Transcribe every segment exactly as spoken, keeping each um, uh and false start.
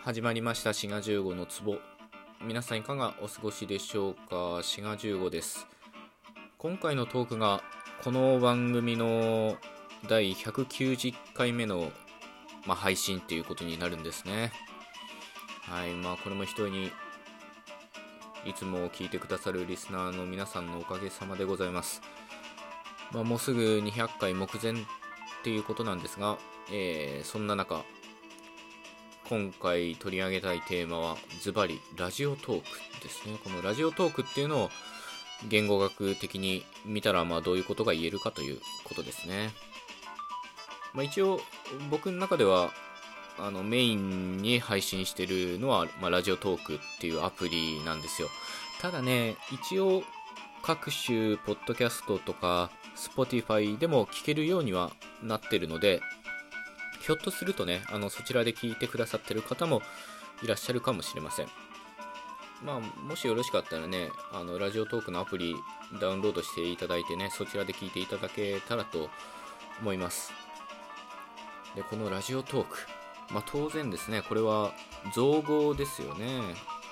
始まりました滋賀じゅうごの壺。皆さんいかがお過ごしでしょうか。滋賀じゅうごです。今回のトークがこの番組のだいひゃくきゅうじゅっかいめの、まあ、配信っていうことになるんですね。はい、まあこれも一重にいつも聞いてくださるリスナーの皆さんのおかげさまでございます。まあ、もうすぐにひゃっかい目前っていうことなんですが、えー、そんな中今回取り上げたいテーマはズバリラジオトークですね。このラジオトークっていうのを言語学的に見たらまあどういうことが言えるかということですね。まあ、一応僕の中ではあのメインに配信してるのは、まあ、ラジオトークっていうアプリなんですよ。ただね、一応各種ポッドキャストとか Spotify でも聞けるようにはなってるので、ひょっとするとね、あのそちらで聞いてくださってる方もいらっしゃるかもしれません。まあ、もしよろしかったらね、あのラジオトークのアプリダウンロードしていただいてね、そちらで聞いていただけたらと思います。で、このラジオトーク、まあ、当然ですね、これは造語ですよね。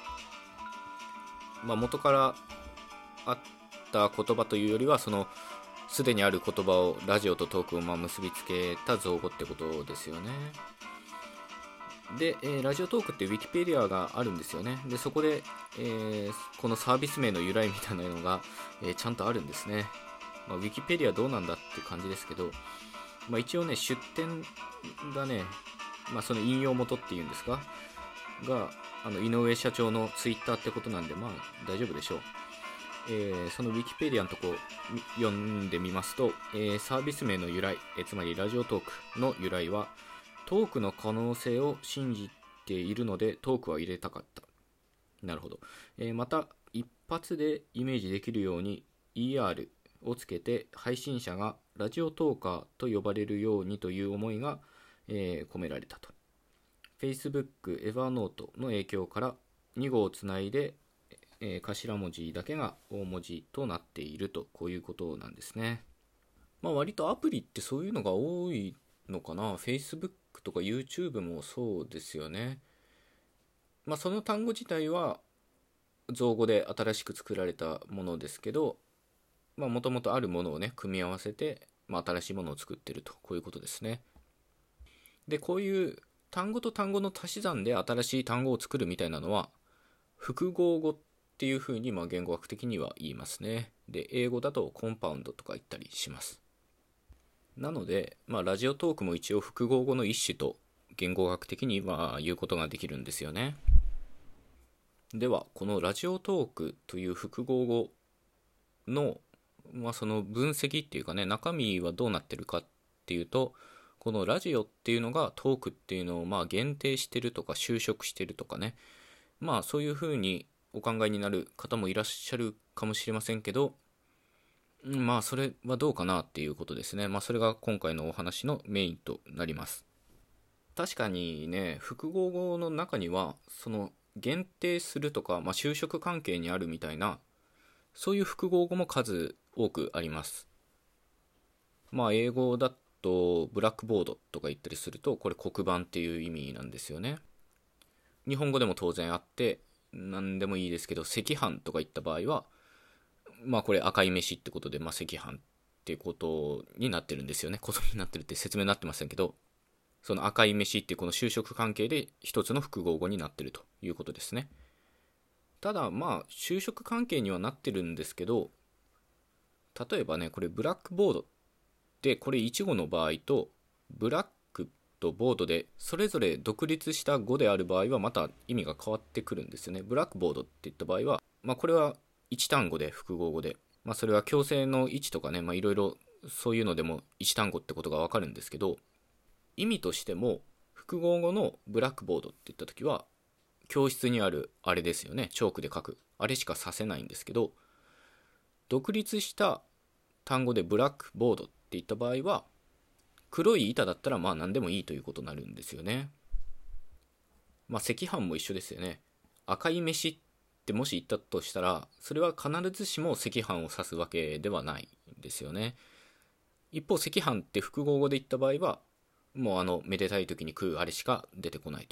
まあ、元からあった言葉というよりは、そのすでにある言葉をラジオとトークをまあ結びつけた造語ってことですよね。で、えー、ラジオトークってウィキペディアがあるんですよね。で、そこで、えー、このサービス名の由来みたいなのが、えー、ちゃんとあるんですね。まあ、ウィキペディアどうなんだって感じですけど、まあ、一応ね、出典がね、まあ、その引用元っていうんですかが、あの井上社長のツイッターってことなんで、まあ大丈夫でしょう。えー、そのウィキペディアのとこ読んでみますと、えー、サービス名の由来、えー、つまりラジオトークの由来は、トークの可能性を信じているのでトークは入れたかった。なるほど。えー、また一発でイメージできるように イーアール をつけて配信者がラジオトーカーと呼ばれるようにという思いが、えー、込められたと。Facebook、Evernote の影響からに号をつないで、えー、頭文字だけが大文字となっていると、こういうことなんですね。まあ割とアプリってそういうのが多いのかな。Facebook とか YouTube もそうですよね。まあその単語自体は造語で新しく作られたものですけど、まあもともとあるものをね組み合わせて、まあ、新しいものを作ってると、こういうことですね。で、こういう単語と単語の足し算で新しい単語を作るみたいなのは複合語っていうふうにまあ言語学的には言いますね。で、英語だとコンパウンドとか言ったりします。なので、まあ、ラジオトークも一応複合語の一種と言語学的には言うことができるんですよね。では、このラジオトークという複合語の、まあ、その分析っていうかね、中身はどうなってるかっていうと、このラジオっていうのがトークっていうのをまあ限定してるとか修飾してるとかね、まあそういうふうにお考えになる方もいらっしゃるかもしれませんけど、まあそれはどうかなっていうことですね。まあそれが今回のお話のメインとなります。確かにね、複合語の中にはその限定するとか、まあ、修飾関係にあるみたいな、そういう複合語も数多くあります。まあ英語だとブラックボードとか言ったりすると、これ黒板っていう意味なんですよね。日本語でも当然あって何でもいいですけど、赤飯とか言った場合は、まあこれ赤い飯ってことで、まあ赤飯っていうことになってるんですよね。ことになってるって説明になってませんけど、その赤い飯っていうこの修飾関係で一つの複合語になってるということですね。ただまあ修飾関係にはなってるんですけど、例えばね、これブラックボードで、これいち語の場合とブラックとボードでそれぞれ独立した語である場合はまた意味が変わってくるんですよね。ブラックボードって言った場合は、まあ、これはいち単語で複合語で、まあ、それは強制の位置とかね、いろいろそういうのでもいち単語ってことがわかるんですけど、意味としても複合語のブラックボードって言った時は教室にあるあれですよね、チョークで書くあれしか指せないんですけど、独立した単語でブラックボードって言った場合は黒い板だったらまあ何でもいいということになるんですよね。まあ赤飯も一緒ですよね。赤い飯ってもし言ったとしたら、それは必ずしも赤飯を指すわけではないんですよね。一方赤飯って複合語で言った場合は、もうあのめでたい時に食うあれしか出てこないと。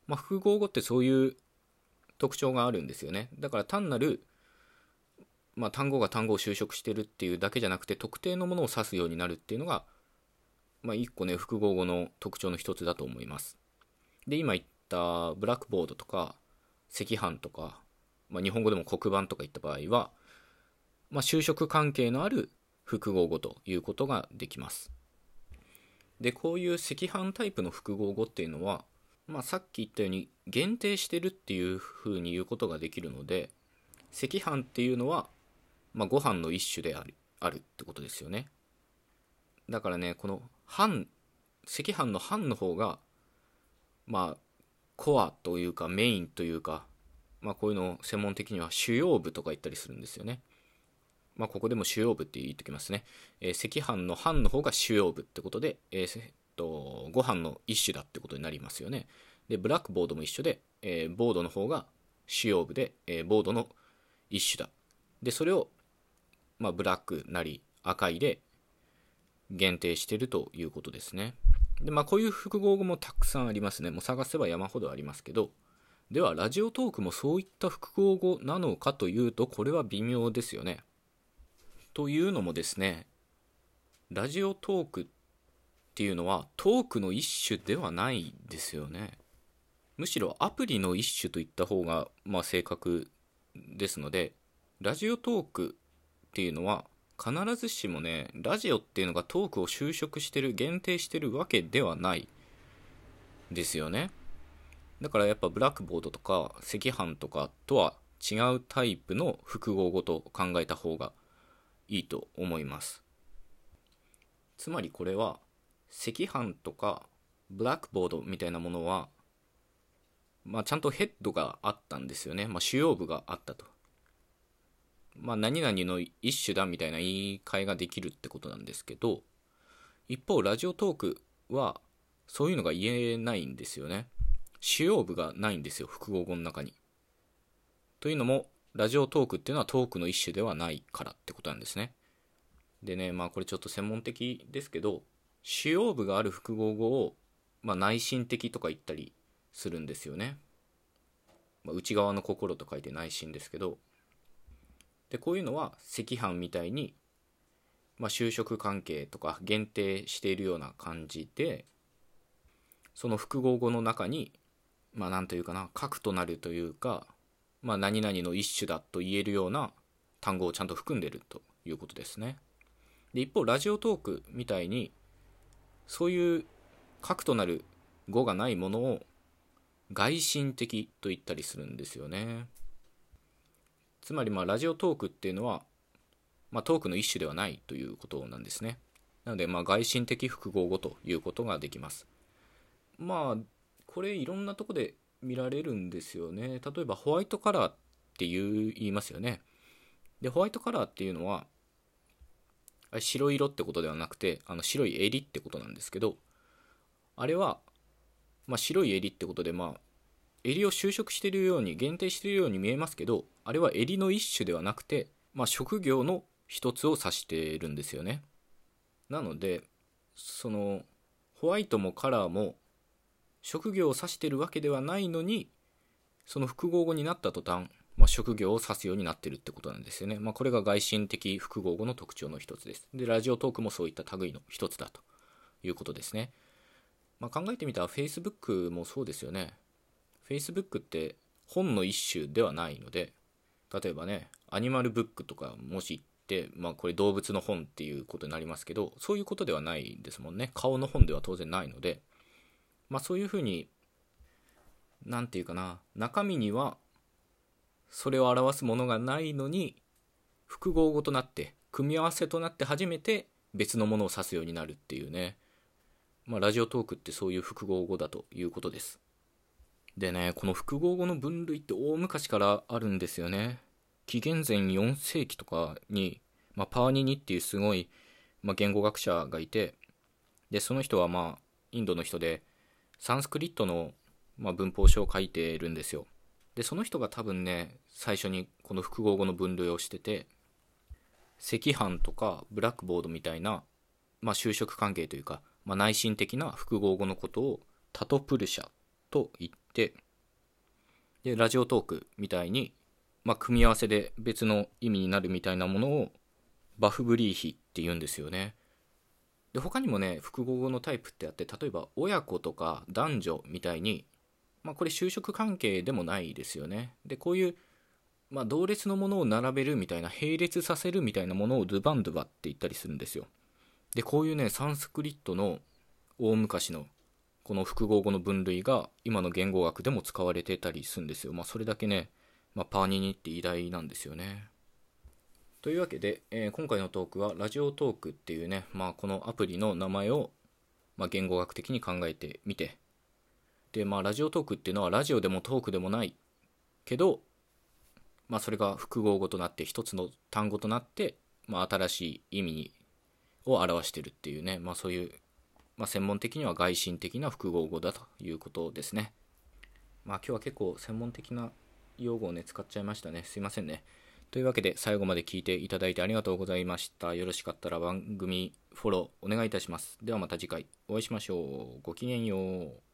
まあ、複合語ってそういう特徴があるんですよね。だから単なる、まあ、単語が単語を修飾してるっていうだけじゃなくて、特定のものを指すようになるっていうのが、まあ、一個ね複合語の特徴の一つだと思います。で、今言ったブラックボードとか赤飯とか、まあ、日本語でも黒板とか言った場合は、まあ、修飾関係のある複合語ということができます。で、こういう赤飯タイプの複合語っていうのは、まあ、さっき言ったように限定してるっていう風に言うことができるので、赤飯っていうのは、まあ、ご飯の一種である、あるってことですよね。だからね、この飯、赤飯の飯の方が、まあ、コアというかメインというか、まあ、こういうのを専門的には主要部とか言ったりするんですよね。まあ、ここでも主要部って言っておきますね。えー、赤飯の飯の方が主要部ってことで、えー、えっとご飯の一種だってことになりますよね。で、ブラックボードも一緒で、えー、ボードの方が主要部で、えー、ボードの一種だ。で、それを、まあ、ブラックなり赤いで限定しているということですね。で、まあ、こういう複合語もたくさんありますね。もう探せば山ほどありますけど、ではラジオトークもそういった複合語なのかというと、これは微妙ですよね。というのもですね、ラジオトークっていうのはトークの一種ではないですよね。むしろアプリの一種といった方がまあ正確ですので、ラジオトークっていうのは必ずしもね、ラジオっていうのがトークを修飾してる、限定してるわけではないですよね。だからやっぱブラックボードとか赤飯とかとは違うタイプの複合語と考えた方がいいと思います。つまりこれは赤飯とかブラックボードみたいなものは、まあ、ちゃんとヘッドがあったんですよね。まあ、主要部があったと。まあ、何々の一種だみたいな言い換えができるってことなんですけど、一方ラジオトークはそういうのが言えないんですよね。主要部がないんですよ、複合語の中に。というのもラジオトークっていうのはトークの一種ではないからってことなんですね。でね、まあこれちょっと専門的ですけど、主要部がある複合語を、まあ、内心的とか言ったりするんですよね。まあ、内側の心と書いて内心ですけど、でこういうのは赤飯みたいに、まあ、就職関係とか限定しているような感じで、その複合語の中に、まあなんというかな、核となるというか、まあ何々の一種だと言えるような単語をちゃんと含んでいるということですね。で一方ラジオトークみたいにそういう核となる語がないものを外心的と言ったりするんですよね。つまりまあラジオトークっていうのは、まあ、トークの一種ではないということなんですね。なのでまあ外心的複合語ということができます。まあこれいろんなとこで見られるんですよね。例えばホワイトカラーっていう言いますよね。でホワイトカラーっていうのは白色ってことではなくて、あの白い襟ってことなんですけど、あれは、まあ、白い襟ってことで、まあ襟を修飾しているように限定しているように見えますけど、あれは襟の一種ではなくて、まあ、職業の一つを指しているんですよね。なのでそのホワイトもカラーも職業を指しているわけではないのに、その複合語になった途端、まあ、職業を指すようになっているってことなんですよね。まあ、これが外心的複合語の特徴の一つです。でラジオトークもそういった類の一つだということですね。まあ、考えてみたら Facebook もそうですよね。Facebook って本の一種ではないので、例えばねアニマルブックとかもし言って、まあこれ動物の本っていうことになりますけど、そういうことではないですもんね。顔の本では当然ないので、まあそういうふうに、なんていうかな、中身にはそれを表すものがないのに複合語となって組み合わせとなって初めて別のものを指すようになるっていうね。まあラジオトークってそういう複合語だということです。でね、この複合語の分類って大昔からあるんですよね。紀元前よん世紀とかに、まあ、パーニニっていうすごい、まあ、言語学者がいて、でその人はまあインドの人でサンスクリットの、まあ、文法書を書いてるんですよ。でその人が多分ね最初にこの複合語の分類をしてて、赤飯とかブラックボードみたいな、まあ、修飾関係というか、まあ、内心的な複合語のことをタトプルシャと言って、 でラジオトークみたいに、まあ、組み合わせで別の意味になるみたいなものをバフブリーヒって言うんですよね。で他にもね複合語のタイプってあって、例えば親子とか男女みたいに、まあ、これ就職関係でもないですよね。でこういう、まあ、同列のものを並べるみたいな、並列させるみたいなものをドゥバンドゥバって言ったりするんですよ。でこういうねサンスクリットの大昔のこの複合語の分類が今の言語学でも使われてたりするんですよ。まあそれだけね、まあ、パーニニって偉大なんですよね。というわけで、えー今回のトークはラジオトークっていうね、まあ、このアプリの名前を、まあ、言語学的に考えてみて、で、まあ、ラジオトークっていうのはラジオでもトークでもないけど、まあ、それが複合語となって一つの単語となって、まあ、新しい意味を表してるっていうね、まあ、そういう、まあ、専門的には外心的な複合語だということですね。まあ、今日は結構専門的な用語をね使っちゃいましたね。すいませんね。というわけで最後まで聞いていただいてありがとうございました。よろしかったら番組フォローお願いいたします。ではまた次回お会いしましょう。ごきげんよう。